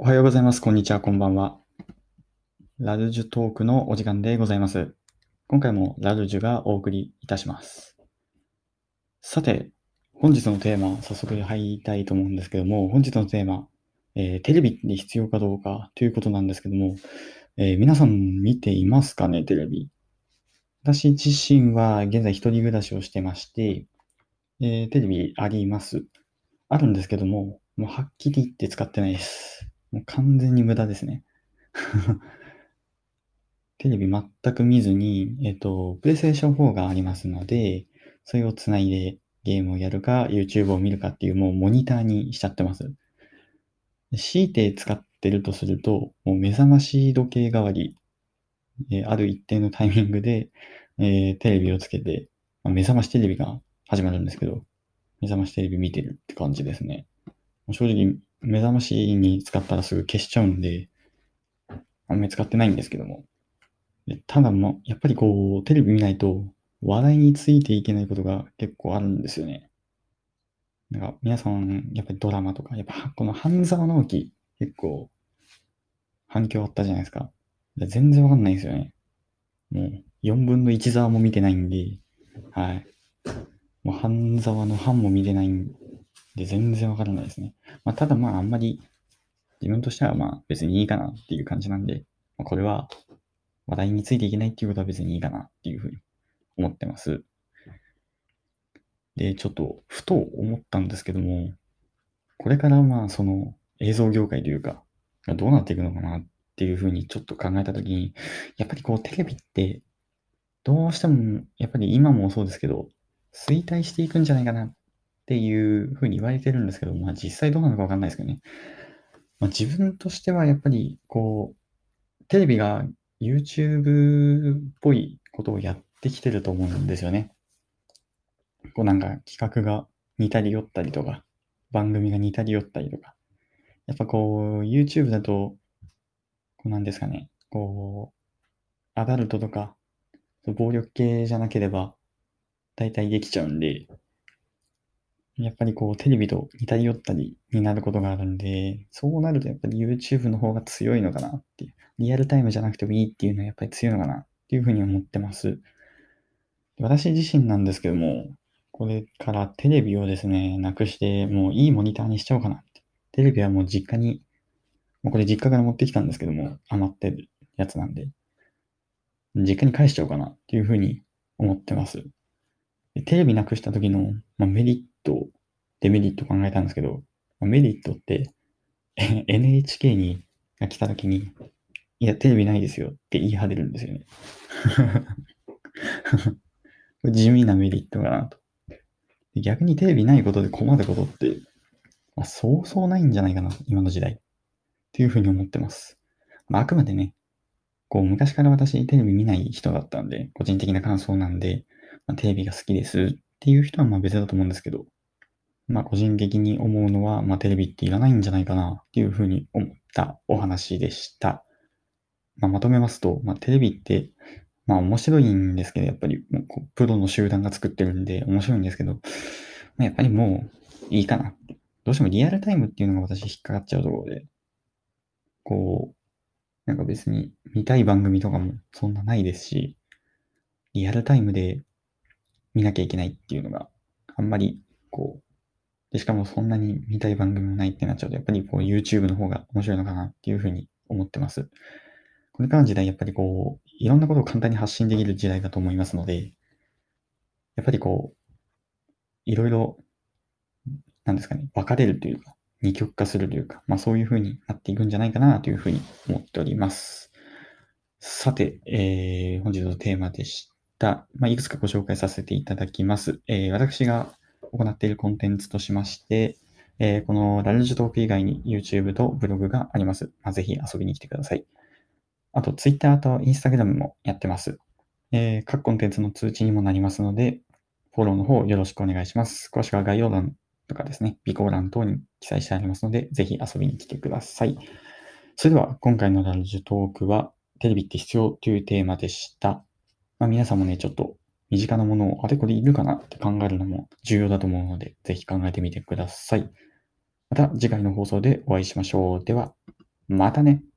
おはようございます。こんにちは。こんばんは。ラルジュトークのお時間でございます。今回もラルジュがお送りいたします。さて、本日のテーマ、早速入りたいと思うんですけども、本日のテーマ、テレビって必要かどうかということなんですけども、皆さん見ていますかね、テレビ。私自身は現在一人暮らしをしてまして、テレビあります。あるんですけども、もうはっきり言って使ってないです。もう完全に無駄ですね。テレビ全く見ずに、プレイステーション4がありますので、それをつないでゲームをやるか、YouTube を見るかっていう、もうモニターにしちゃってます。強いて使ってるとすると、もう目覚まし時計代わり、ある一定のタイミングで、テレビをつけて、目覚ましテレビが始まるんですけど、目覚ましテレビ見てるって感じですね。正直、目覚ましに使ったらすぐ消しちゃうんで、あんまり使ってないんですけども、ただもう、やっぱりこう、テレビ見ないと話題についていけないことが結構あるんですよね。なんか皆さん、やっぱりドラマとか、やっぱこの半沢直樹、結構反響あったじゃないですか。全然わかんないですよね。もう4分の1沢も見てないんで、はい。もう半沢の半も見てないんで全然わからないですね。ただあんまり自分としては別にいいかなっていう感じなんで、これは話題についていけないっていうことは別にいいかなっていうふうに思ってます。で、ちょっと、ふと思ったんですけども、これからその映像業界というか、どうなっていくのかなっていうふうにちょっと考えたときに、やっぱりこうテレビって、どうしても、やっぱり今もそうですけど、衰退していくんじゃないかなっていうふうに言われてるんですけど、実際どうなのかわかんないですけどね。自分としてはやっぱりこう、テレビが YouTube っぽいことをやってきてると思うんですよね。こうなんか企画が似たり寄ったりとか、番組が似たり寄ったりとか。やっぱこう、YouTube だと、こうなんですかね、こう、アダルトとか、暴力系じゃなければ、大体できちゃうんで、やっぱりこう、テレビと似たり寄ったりになることがあるんで、そうなるとやっぱり YouTube の方が強いのかなっていう。リアルタイムじゃなくてもいいっていうのはやっぱり強いのかなっていうふうに思ってます。私自身なんですけども、これからテレビをですね、なくして、もういいモニターにしちゃおうかなって。テレビはもう実家に、もうこれ実家から持ってきたんですけども、余ってるやつなんで、実家に返しちゃおうかなっていうふうに思ってます。でテレビなくした時の、メリット、デメリット考えたんですけど、メリットって、NHK にが来た時に、いや、テレビないですよって言い張れるんですよね。地味なメリットかなと。逆にテレビないことで困ることって、そうそうないんじゃないかな、今の時代。っていうふうに思ってます。あくまでね、こう、昔から私テレビ見ない人だったんで、個人的な感想なんで、テレビが好きですっていう人は別だと思うんですけど、個人的に思うのは、テレビっていらないんじゃないかなっていうふうに思ったお話でした。まとめますと、テレビって、面白いんですけど、やっぱりもうこうプロの集団が作ってるんで面白いんですけど、やっぱりもういいかなって。どうしてもリアルタイムっていうのが私引っかかっちゃうところで、こう、なんか別に見たい番組とかもそんなないですし、リアルタイムで見なきゃいけないっていうのがあんまりこう、で、しかもそんなに見たい番組もないってなっちゃうと、やっぱりこう YouTube の方が面白いのかなっていうふうに思ってます。これからの時代、やっぱりこう、いろんなことを簡単に発信できる時代だと思いますので、やっぱりこう、いろいろ、なんですかね、分かれるというか、二極化するというか、そういうふうになっていくんじゃないかなというふうに思っております。さて、本日のテーマでした。いくつかご紹介させていただきます。私が行っているコンテンツとしまして、このラルジュトーク以外に YouTube とブログがあります。ぜひ遊びに来てください。あと、Twitter と Instagram もやってます。各コンテンツの通知にもなりますので、フォローの方よろしくお願いします。詳しくは概要欄とかですね、備考欄等に記載してありますので、ぜひ遊びに来てください。それでは、今回のラルジュトークは、テレビって必要というテーマでした。皆さんもね、ちょっと身近なものを、あれこれいるかなって考えるのも重要だと思うので、ぜひ考えてみてください。また次回の放送でお会いしましょう。では。 またね。